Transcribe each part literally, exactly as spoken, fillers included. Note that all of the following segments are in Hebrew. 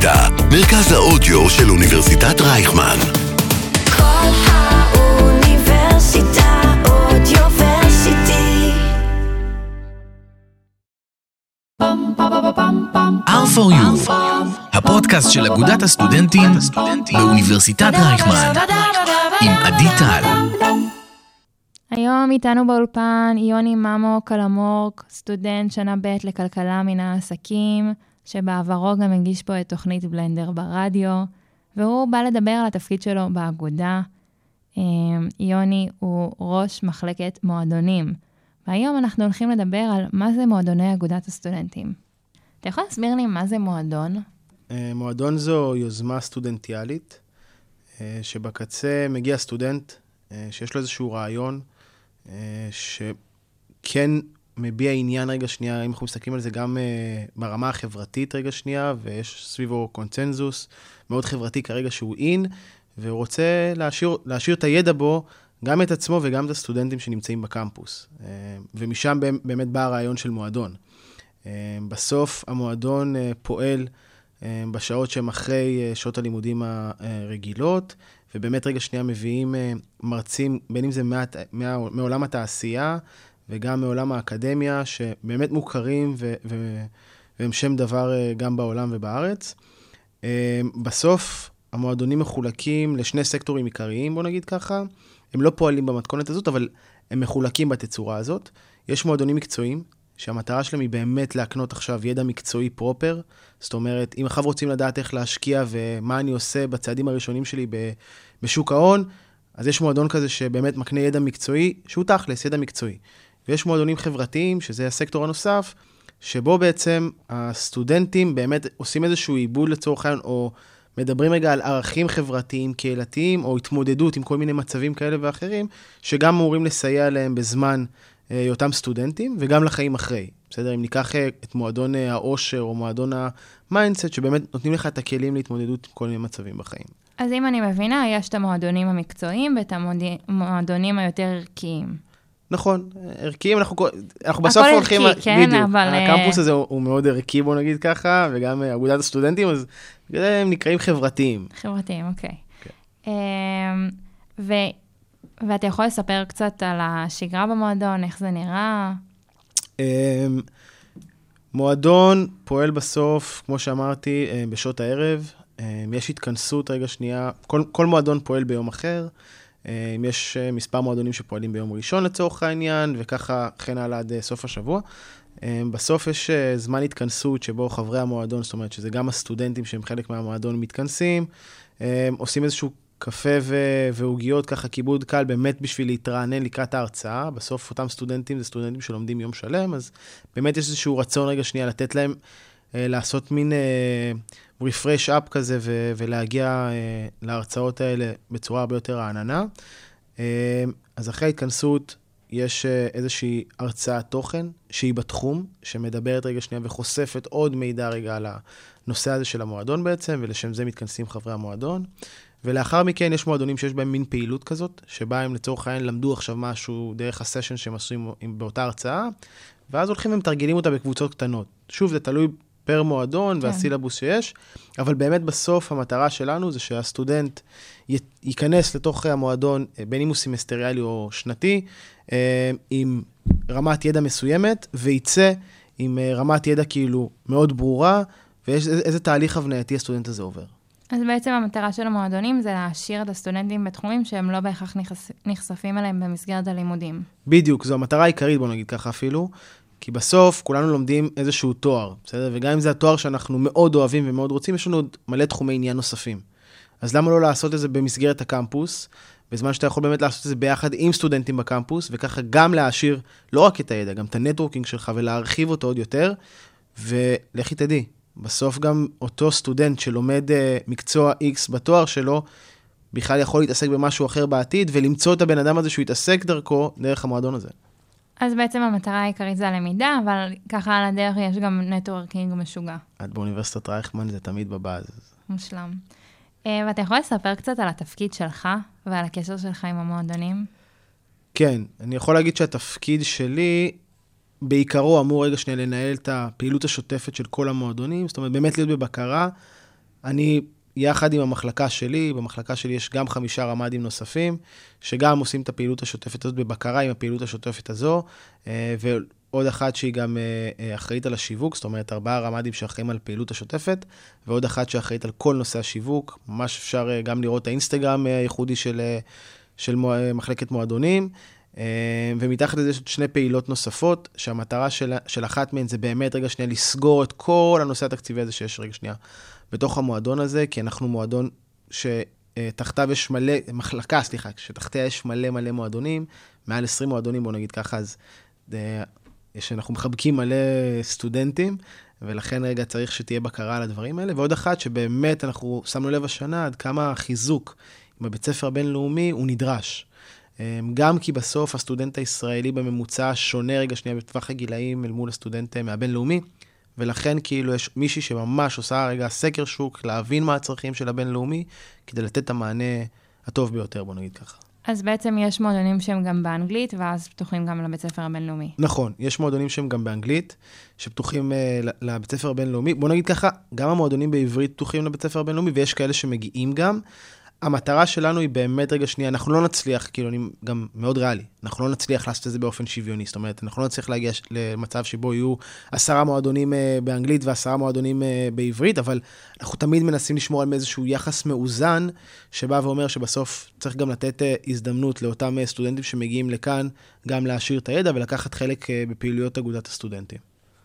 האוניברסיטה, מרכז האודיו של אוניברסיטת רייכמן. כל האוניברסיטה אודיוורסיטי. אר פור יו, הפודקאסט של אגודת הסטודנטים באוניברסיטת רייכמן, עם עדי טל. היום איתנו באולפן יוני ממו קלמורק, סטודנט שנה ב' לכלכלה מן העסקים, שבעברו גם הגיש פה את תוכנית בלנדר ברדיו, והוא בא לדבר על התפקיד שלו באגודה. יוני הוא ראש מחלקת מועדונים, והיום אנחנו הולכים לדבר על מה זה מועדוני אגודת הסטודנטים. אתה יכול להסביר לי מה זה מועדון? מועדון זו יוזמה סטודנטיאלית, שבקצה מגיע סטודנט שיש לו איזשהו רעיון, שכן מביע עניין רגע שנייה, אם אנחנו מסתכלים על זה גם ברמה החברתית רגע שנייה, ויש סביבו קונצנזוס מאוד חברתי כרגע שהוא אין, והוא רוצה להשאיר, להשאיר את הידע בו, גם את עצמו וגם את הסטודנטים שנמצאים בקמפוס. ומשם באמת בא הרעיון של מועדון. בסוף המועדון פועל בשעות שהם אחרי שעות הלימודים הרגילות, ובאמת רגע שנייה מביאים מרצים, בין אם זה מה, מה, מעולם התעשייה, וגם מעולם האקדמיה, שבאמת מוכרים ו, ו, והם שם דבר גם בעולם ובארץ. בסוף המועדונים מחולקים לשני סקטורים עיקריים, בוא נגיד ככה. הם לא פועלים במתכונת הזאת, אבל הם מחולקים בתצורה הזאת. יש מועדונים מקצועיים, שהמטרה שלהם היא באמת להקנות עכשיו ידע מקצועי פרופר. זאת אומרת, אם עכשיו רוצים לדעת איך להשקיע ומה אני עושה בצעדים הראשונים שלי בשוק ההון, אז יש מועדון כזה שבאמת מקנה ידע מקצועי, שהוא תכלס, ידע מקצועי. ויש מועדונים חברתיים, שזה הסקטור הנוסף, שבו בעצם הסטודנטים באמת עושים איזשהו עיבוד לצורך העניין, או מדברים רגע על ערכים חברתיים, קהילתיים, או התמודדות עם כל מיני מצבים כאלה ואחרים, שגם אמורים לסייע להם בזמן אותם סטודנטים, וגם לחיים אחרי. בסדר, אם ניקח את מועדון העושר, או מועדון המיינדסט, שבאמת נותנים לך את הכלים להתמודדות עם כל מיני מצבים בחיים. אז אם אני מבינה, יש את המועדונים המקצועיים, ואת המועדונים היותר ערכיים. נכון, ערכיים, אנחנו, אנחנו בסוף הולכים... הכל ערכי, כן, בדיוק, אבל... הקמפוס הזה הוא, הוא מאוד ערכי, בוא נגיד ככה, וגם אגודת הסטודנטים, אז הם נקראים חברתיים. חברתיים, אוקיי. Okay. ו... ואתה יכול לספר קצת על השגרה במועדון, איך זה נראה? מועדון פועל בסוף, כמו שאמרתי, בשעות הערב. יש התכנסות רגע שנייה, כל, כל מועדון פועל ביום אחר. יש מספר מועדונים שפועלים ביום ראשון לצורך העניין, וככה כן הלאה עד סוף השבוע. בסוף יש זמן התכנסות שבו חברי המועדון, זאת אומרת שזה גם הסטודנטים שהם חלק מהמועדון מתכנסים, עושים איזשהו קפה והוגיות, ככה כיבוד קל, באמת בשביל להתרענן לקראת ההרצאה. בסוף אותם סטודנטים זה סטודנטים שלומדים יום שלם, אז באמת יש איזשהו רצון רגע שנייה לתת להם לעשות מין refresh up כזה, ולהגיע להרצאות האלה בצורה הרבה יותר העננה. אז אחרי ההתכנסות יש איזושהי הרצאת תוכן שהיא בתחום, שמדברת רגע שנייה וחושפת עוד מידע רגע על הנושא הזה של המועדון בעצם, ולשם זה מתכנסים חברי המועדון. ולאחר מכן יש מועדונים שיש בהם מין פעילות כזאת, שבה הם לצורך העניין למדו עכשיו משהו דרך הסשן שהם עושים באותה הרצאה, ואז הולכים ומתרגלים אותה בקבוצות קטנות. שוב, זה תלוי פר מועדון כן. והסילבוס שיש, אבל באמת בסוף המטרה שלנו זה שהסטודנט י- ייכנס לתוך המועדון, בין אם הוא סמסטריאלי או שנתי, עם רמת ידע מסוימת, וייצא עם רמת ידע כאילו מאוד ברורה, ויש איזה תהליך הבנייתי הסטודנט הזה עובר. אז בעצם המטרה של המועדונים זה להשאיר את הסטודנטים בתחומים שהם לא בהכרח נחשפים אליהם במסגרת הלימודים. בדיוק, זו המטרה העיקרית, בוא נגיד ככה אפילו, כי בסוף כולנו לומדים איזשהו תואר, בסדר? וגם אם זה התואר שאנחנו מאוד אוהבים ומאוד רוצים, יש לנו עוד מלא תחומי עניין נוספים. אז למה לא לעשות את זה במסגרת הקמפוס, בזמן שאתה יכול באמת לעשות את זה ביחד עם סטודנטים בקמפוס, וככה גם להשאיר לא רק את הידע, גם את הנטוורקינג שלך, ולהרחיב אותו עוד יותר, ולכי תדעי. בסוף גם אותו סטודנט שלומד uh, מקצוע X בתואר שלו, בכלל יכול להתעסק במשהו אחר בעתיד, ולמצוא את הבן אדם הזה שהוא יתעסק דרכו, דרך המועדון הזה. אז בעצם המטרה העיקרית זה הלמידה, אבל ככה על הדרך יש גם נטוורקינג משוגע. עד באוניברסיטת רייכמן זה תמיד בבאז. מושלם. Uh, ואתה יכול לספר קצת על התפקיד שלך, ועל הקשר שלך עם המועדונים? כן, אני יכול להגיד שהתפקיד שלי, בעיקרו אמור רגע שנייה לנהל את הפעילות השוטפת של כל המועדונים, זאת אומרת באמת להיות בבקרה, אני, יחד עם המחלקה שלי, במחלקה שלי יש גם חמישה רמ"דים נוספים, שגם עושים את הפעילות השוטפת הזאת בבקרה עם הפעילות השוטפת הזו, ועוד אחת שהיא גם אחראית על השיווק, זאת אומרת, ארבעה רמ"דים שאחראים על פעילות השוטפת, ועוד אחת שאחראית על כל נושא השיווק. ממש אפשר גם לראות את האינסטגרם הייחודי של, של מחלקת מועדונים, ומתחת לזה יש שני פעילות נוספות, שהמטרה של, של אחת מהן זה באמת רגע שנייה לסגור את כל הנושא התקציבי הזה שיש רגע שנייה בתוך המועדון הזה, כי אנחנו מועדון שתחתיו יש מלא, מחלקה, סליחה, שתחתיה יש מלא מלא מועדונים, מעל עשרים מועדונים, בוא נגיד ככה, אז אנחנו מחבקים מלא סטודנטים, ולכן רגע צריך שתהיה בקרה על הדברים האלה, ועוד אחת שבאמת אנחנו שמנו לב השנה עד כמה חיזוק עם הבית ספר הבינלאומי הוא נדרש. גם כי בסוף הסטודנט הישראלי בממוצע שונה רגע שנייה בטווח הגילאים אל מול הסטודנט מהבינלאומי, ולכן כאילו יש מישהי שממש עושה רגע סקר שוק, להבין מה הצרכים של הבינלאומי, כדי לתת את המענה הטוב ביותר, בוא נגיד ככה. אז בעצם יש מועדונים שהם גם באנגלית, ואז פתוחים גם לבית ספר הבינלאומי. נכון, יש מועדונים שהם גם באנגלית, שפתוחים uh, לבית ספר הבינלאומי. בוא נגיד ככה, גם המועדונים בעברית פתוחים לבית ספר הבינלאומי, ויש כאלה שמגיעים גם. המטרה שלנו היא באמת רגע שנייה, אנחנו לא נצליח, כאילו אני גם מאוד ריאלי, אנחנו לא נצליח לעשות את זה באופן שוויוני, זאת אומרת, אנחנו לא נצליח להגיע למצב שבו יהיו עשרה מועדונים באנגלית ועשרה מועדונים בעברית, אבל אנחנו תמיד מנסים לשמור על איזשהו יחס מאוזן, שבא ואומר שבסוף צריך גם לתת הזדמנות לאותם סטודנטים שמגיעים לכאן, גם להשאיר את הידע ולקחת חלק בפעילויות אגודת הסטודנטים.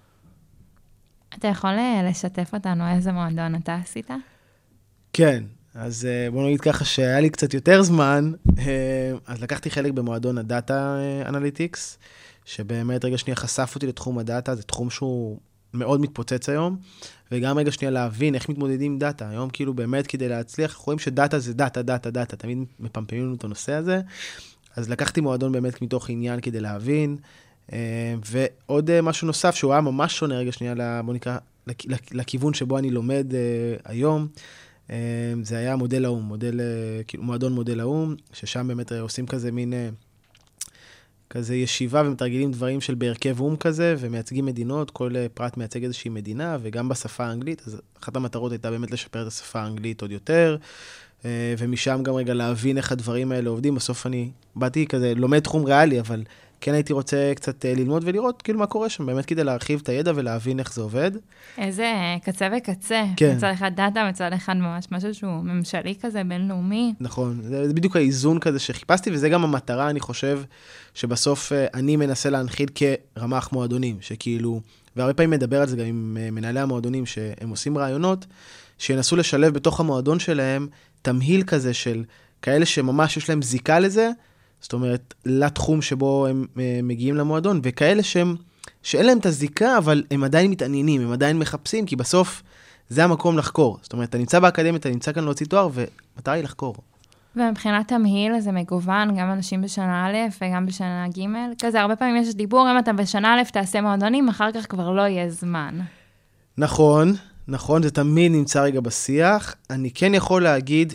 אתה יכול לשתף אותנו איזה מועדון אתה עשית? כן. אז בואו נגיד ככה שהיה לי קצת יותר זמן, אז לקחתי חלק במועדון הדאטה אנליטיקס, שבאמת רגע שנייה חשף אותי לתחום הדאטה, זה תחום שהוא מאוד מתפוצץ היום, וגם רגע שנייה להבין איך מתמודדים עם דאטה. היום כאילו באמת כדי להצליח, אנחנו רואים שדאטה זה דאטה, דאטה, דאטה, תמיד מפמפמים לנו את הנושא הזה, אז לקחתי מועדון באמת מתוך עניין כדי להבין, ועוד משהו נוסף שהוא היה ממש שונה רגע שנייה, בואו נקרא, לכיוון שבו אני לומד היום, זה היה מודל האום, מודל, כאילו, מועדון מודל האום, ששם באמת עושים כזה מין, כזה ישיבה ומתרגלים דברים של בהרכב אום כזה, ומייצגים מדינות, כל פרט מייצג איזושהי מדינה, וגם בשפה האנגלית, אז אחת המטרות הייתה באמת לשפר את השפה האנגלית עוד יותר, ומשם גם רגע להבין איך הדברים האלה עובדים. בסוף אני באתי כזה, לומד תחום ריאלי, אבל כן הייתי רוצה קצת ללמוד ולראות כאילו מה קורה שם, באמת כדי להרחיב את הידע ולהבין איך זה עובד. איזה קצה וקצה. כן. מצד אחד דאטה, מצד אחד ממש משהו שהוא ממשלי כזה, בינלאומי. נכון, זה, זה בדיוק האיזון כזה שחיפשתי, וזה גם המטרה, אני חושב, שבסוף אני מנסה להנחיל כרמ"ח מועדונים, שכאילו, והרבה פעמים מדבר על זה גם עם מנהלי המועדונים, שהם עושים רעיונות, שינסו לשלב בתוך המועדון שלהם, תמהיל כזה של כאלה שממש יש להם זיקה לזה, זאת אומרת, לתחום שבו הם מגיעים למועדון, וכאלה שהם, שאין להם את הזיקה, אבל הם עדיין מתעניינים, הם עדיין מחפשים, כי בסוף זה המקום לחקור. זאת אומרת, אתה נמצא באקדמיה, אתה נמצא כאן להוציא תואר, ומטרה היא לחקור. ומבחינת תמהיל זה מגוון, גם אנשים בשנה א' וגם בשנה ג'. כזה, הרבה פעמים יש דיבור, אם אתה בשנה א' תעשה מועדונים, אחר כך כבר לא יהיה זמן. נכון, נכון, זה תמיד נמצא רגע בשיח. אני כן יכול להגיד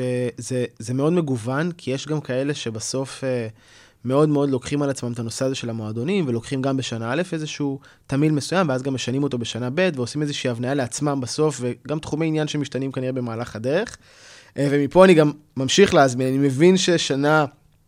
שזה זה מאוד מגוון, כי יש גם כאלה שבסוף מאוד מאוד לוקחים על עצמם את הנושא הזה של המועדונים, ולוקחים גם בשנה א' איזשהו תמיל מסוים, ואז גם משנים אותו בשנה ב', ועושים איזושהי הבניה לעצמם בסוף, וגם תחומי עניין שמשתנים כנראה במהלך הדרך. ומפה אני גם ממשיך להזמין, אני מבין ששנה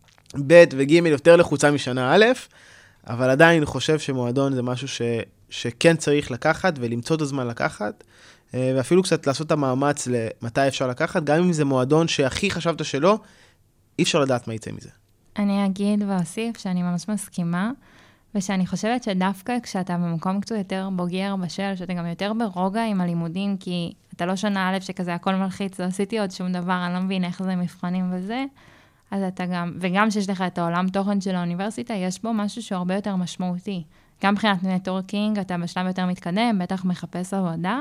ב' וג' יותר לחוצה משנה א', אבל עדיין אני חושב שמועדון זה משהו ש... שכן צריך לקחת ולמצוא את הזמן לקחת, ואפילו קצת לעשות את המאמץ למתי אפשר לקחת, גם אם זה מועדון שהכי חשבת שלא, אי אפשר לדעת מה יצא מזה. אני אגיד ואוסיף שאני ממש מסכימה, ושאני חושבת שדווקא כשאתה במקום קצת יותר בוגר בשל, שאתה גם יותר ברוגע עם הלימודים, כי אתה לא שנה א' שכזה הכל מלחיץ, לא עשיתי עוד שום דבר, אני לא מבין איך זה מבחנים וזה, אז אתה גם, וגם שיש לך את העולם תוכן של האוניברסיטה, יש בו משהו שהוא הרבה יותר משמעותי. גם מבחינת נטוורקינג, אתה בשלב יותר מתקדם, בטח מחפש עבודה,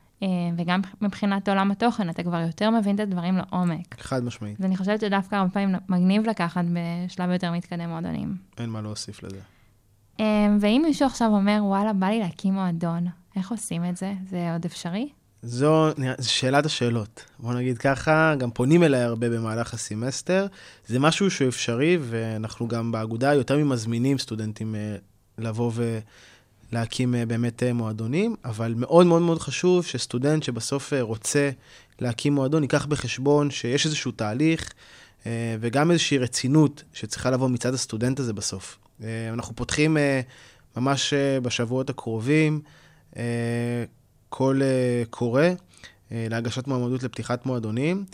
וגם מבחינת עולם התוכן, אתה כבר יותר מבין את הדברים לעומק. חד משמעית. ואני חושבת שדווקא הרבה פעמים מגניב לקחת בשלב יותר מתקדם מועדונים. אין מה להוסיף לזה. ואם מישהו עכשיו אומר, וואלה, בא לי להקים מועדון, איך עושים את זה? זה עוד אפשרי? זו, זו שאלת השאלות. בוא נגיד ככה, גם פונים אליי הרבה במהלך הסמסטר. זה משהו שהוא אפשרי, ואנחנו גם באגודה יותר ממזמינים סטודנטים לבוא להקים באמת מועדונים, אבל מאוד מאוד מאוד חשוב שסטודנט שבסוף רוצה להקים מועדון, ייקח בחשבון שיש איזשהו תהליך, וגם איזושהי רצינות שצריכה לבוא מצד הסטודנט הזה בסוף. אנחנו פותחים ממש בשבועות הקרובים, כל קורא להגשת מועמדות לפתיחת מועדונים,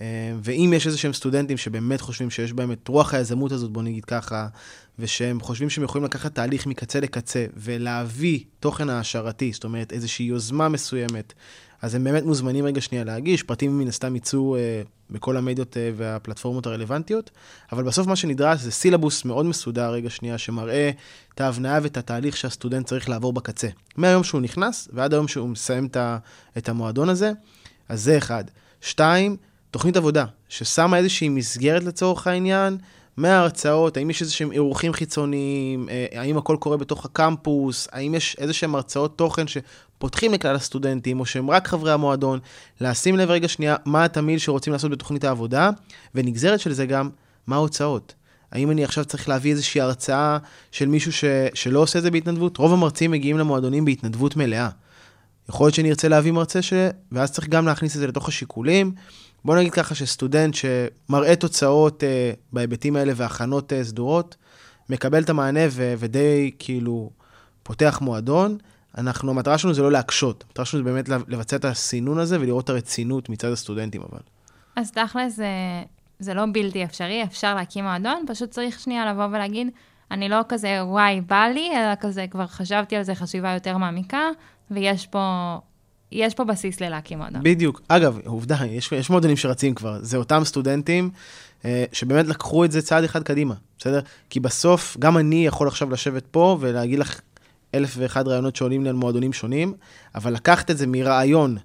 ואם יש איזה שהם סטודנטים שבאמת חושבים שיש בהם את רוח היזמות הזאת, בוא נגיד ככה, ושהם חושבים שהם יכולים לקחת תהליך מקצה לקצה, ולהביא תוכן העשרתי, זאת אומרת איזושהי יוזמה מסוימת, אז הם באמת מוזמנים רגע שנייה להגיש, פרטים מן הסתם ייצאו אה, בכל המדיות אה, והפלטפורמות הרלוונטיות, אבל בסוף מה שנדרש זה סילבוס מאוד מסודר רגע שנייה, שמראה את ההבניה ואת התהליך שהסטודנט צריך לעבור בקצה. מהיום שהוא נכנס, ועד היום שהוא מסיים את, ה, את המועדון הזה, אז זה אחד. שתיים, תוכנית עבודה, ששמה איזושהי מסגרת לצורך העניין, מההרצאות, האם יש איזשהם אירוחים חיצוניים, האם הכל קורה בתוך הקמפוס, האם יש איזשהם הרצאות תוכן שפותחים לכלל הסטודנטים, או שהם רק חברי המועדון, לשים לב רגע שנייה מה התמיל שרוצים לעשות בתוכנית העבודה, ונגזרת של זה גם מה ההוצאות. האם אני עכשיו צריך להביא איזושהי הרצאה של מישהו ש... שלא עושה את זה בהתנדבות? רוב המרצים מגיעים למועדונים בהתנדבות מלאה. יכול להיות שאני ארצה להביא מרצה ש... ואז צריך גם להכניס את זה לתוך השיקולים. בוא נגיד ככה שסטודנט שמראה תוצאות אה, בהיבטים האלה והכנות אה, סדורות, מקבל את המענה ו- ודי כאילו פותח מועדון. אנחנו, המטרה שלנו זה לא להקשות, המטרה שלנו זה באמת לבצע את הסינון הזה ולראות את הרצינות מצד הסטודנטים אבל. אז תכל'ס זה, זה לא בלתי אפשרי, אפשר להקים מועדון, פשוט צריך שנייה לבוא ולהגיד, אני לא כזה וואי בא לי, אלא כזה כבר חשבתי על זה חשיבה יותר מעמיקה, ויש פה... יש פה בסיס ללהקים מועדון. בדיוק. אגב, עובדה, יש, יש מועדונים שרצים כבר. זה אותם סטודנטים אה, שבאמת לקחו את זה צעד אחד קדימה. בסדר? כי בסוף, גם אני יכול עכשיו לשבת פה ולהגיד לך אלף ואחד רעיונות שעולים לי על מועדונים שונים, אבל לקחת את זה מרעיון,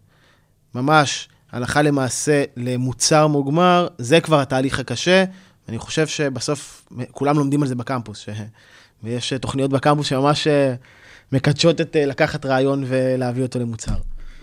ממש, הלכה למעשה למוצר מוגמר, זה כבר התהליך הקשה. אני חושב שבסוף כולם לומדים על זה בקמפוס. ש... ויש תוכניות בקמפוס שממש מקדשות את לקחת רעיון ולהביא אותו למוצר.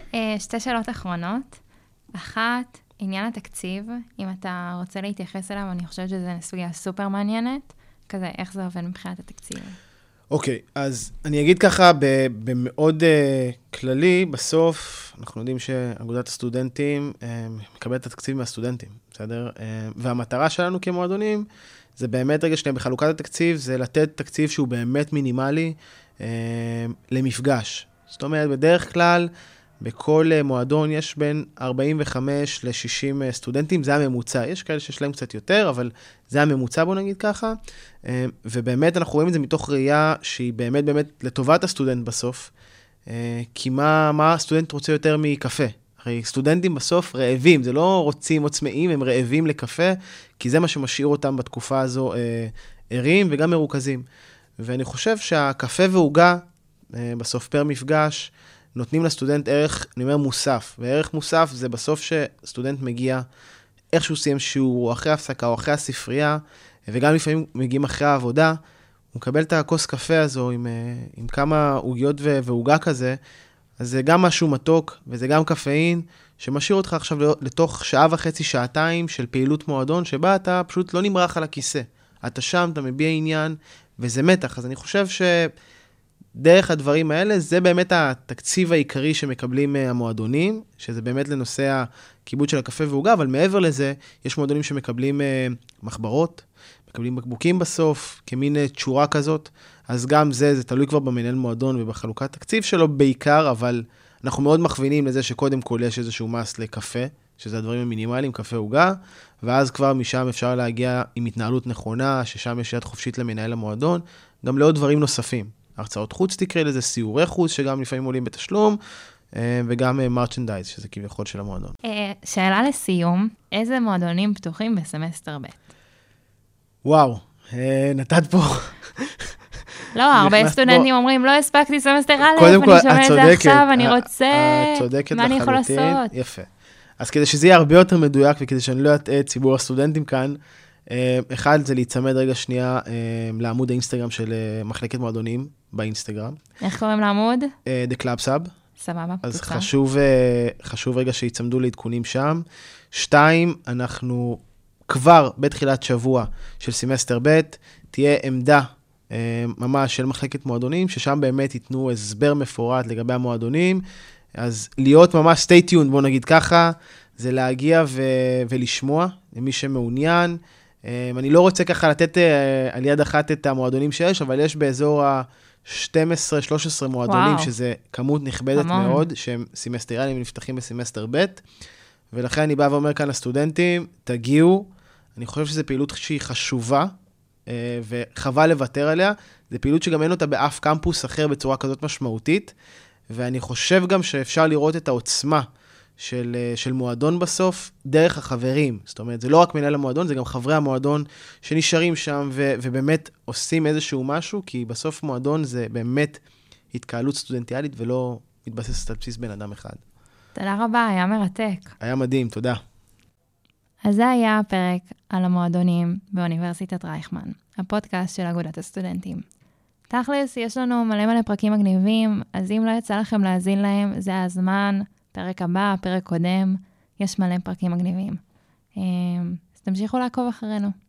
שתי שאלות אחרונות. אחת, עניין התקציב, אם אתה רוצה להתייחס אליו, אני חושבת שזה סוגיה סופר מעניינת, כזה איך זה עובד מבחינת התקציב. אוקיי, אז אני אגיד ככה במאוד uh, כללי, בסוף אנחנו יודעים שאגודת הסטודנטים uh, מקבלת את התקציב מהסטודנטים, בסדר? Uh, והמטרה שלנו כמועדונים, זה באמת רגע שנייה בחלוקת התקציב, זה לתת תקציב שהוא באמת מינימלי uh, למפגש. זאת אומרת, בדרך כלל, בכל מועדון יש בין ארבעים וחמש ל-שישים סטודנטים, זה הממוצע. יש כאלה שיש להם קצת יותר, אבל זה הממוצע, בוא נגיד ככה. ובאמת אנחנו רואים את זה מתוך ראייה שהיא באמת באמת לטובת הסטודנט בסוף. כי מה, מה הסטודנט רוצה יותר מקפה? הרי סטודנטים בסוף רעבים, זה לא רוצים או צמאים, הם רעבים לקפה, כי זה מה שמשאיר אותם בתקופה הזו ערים וגם מרוכזים. ואני חושב שהקפה והוגה, בסוף פר מפגש, נותנים לסטודנט ערך, אני אומר, מוסף. וערך מוסף זה בסוף שסטודנט מגיע, איכשהו סיים שיעור, אחרי הפסקה או אחרי הספרייה, וגם לפעמים מגיעים אחרי העבודה, הוא מקבל את הכוס קפה הזו עם, עם כמה עוגיות והוגה כזה, אז זה גם משהו מתוק, וזה גם קפאין, שמשאיר אותך עכשיו לתוך שעה וחצי, שעתיים של פעילות מועדון, שבה אתה פשוט לא נמרח על הכיסא. אתה שם, אתה מביע עניין, וזה מתח. אז אני חושב ש... דרך הדברים האלה, זה באמת התקציב העיקרי שמקבלים המועדונים, שזה באמת לנושא הכיבוד של הקפה והוגה, אבל מעבר לזה, יש מועדונים שמקבלים מחברות, מקבלים בקבוקים בסוף, כמין תשורה כזאת, אז גם זה, זה תלוי כבר במנהל מועדון ובחלוקת תקציב שלו בעיקר, אבל אנחנו מאוד מכווינים לזה שקודם כל יש איזשהו מס לקפה, שזה הדברים המינימליים, קפה והוגה, ואז כבר משם אפשר להגיע עם התנהלות נכונה, ששם יש יד חופשית למנהל המועדון, גם לעוד דברים נוספים. הרצאות חוץ תקרא לזה, סיורי חוץ, שגם לפעמים עולים בתשלום, וגם מרצ'נדייז, שזה כביכול של המועדון. שאלה לסיום, איזה מועדונים פתוחים בסמסטר ב'? וואו, נתת פה... לא, הרבה סטודנטים אומרים, לא הספקתי סמסטר א', אני שומע את זה עכשיו, אני רוצה, מה אני יכול לעשות? יפה. אז כדי שזה יהיה הרבה יותר מדויק, וכדי שאני לא אטעה ציבור הסטודנטים כאן, אחד זה להיצמד רגע שנייה לעמוד האינסטגרם של מחלקת מועדונים באינסטגרם. איך קוראים לעמוד? The Club Sub. סבבה, פתוחה. אז חשוב, חשוב רגע שיצמדו לעדכונים שם. שתיים, אנחנו כבר בתחילת שבוע של סמסטר ב' תהיה עמדה ממש של מחלקת מועדונים, ששם באמת ייתנו הסבר מפורט לגבי המועדונים, אז להיות ממש stay tuned, בוא נגיד ככה, זה להגיע ו- ולשמוע למי שמעוניין. אני לא רוצה ככה לתת על יד אחת את המועדונים שיש, אבל יש באזור ה-שתים עשרה שלוש עשרה מועדונים, וואו. שזה כמות נכבדת המון. מאוד, שהם סמסטריאליים נפתחים בסמסטר ב', ולכן אני בא ואומר כאן לסטודנטים, תגיעו, אני חושב שזו פעילות שהיא חשובה, וחבל לוותר עליה, זו פעילות שגם אין אותה באף קמפוס אחר בצורה כזאת משמעותית, ואני חושב גם שאפשר לראות את העוצמה של, של מועדון בסוף, דרך החברים. זאת אומרת, זה לא רק מנהל המועדון, זה גם חברי המועדון שנשארים שם, ו, ובאמת עושים איזשהו משהו, כי בסוף מועדון זה באמת התקהלות סטודנטיאלית, ולא מתבססת על בסיס בן אדם אחד. תודה רבה, היה מרתק. היה מדהים, תודה. אז זה היה הפרק על המועדונים באוניברסיטת רייכמן, הפודקאסט של אגודת הסטודנטים. תכלס, יש לנו מלא מלא פרקים מגניבים, אז אם לא יצא לכם להאזין להם, זה הזמן, פרק הבא, פרק קודם, יש מלא פרקים מגניבים. אז תמשיכו לעקוב אחרינו.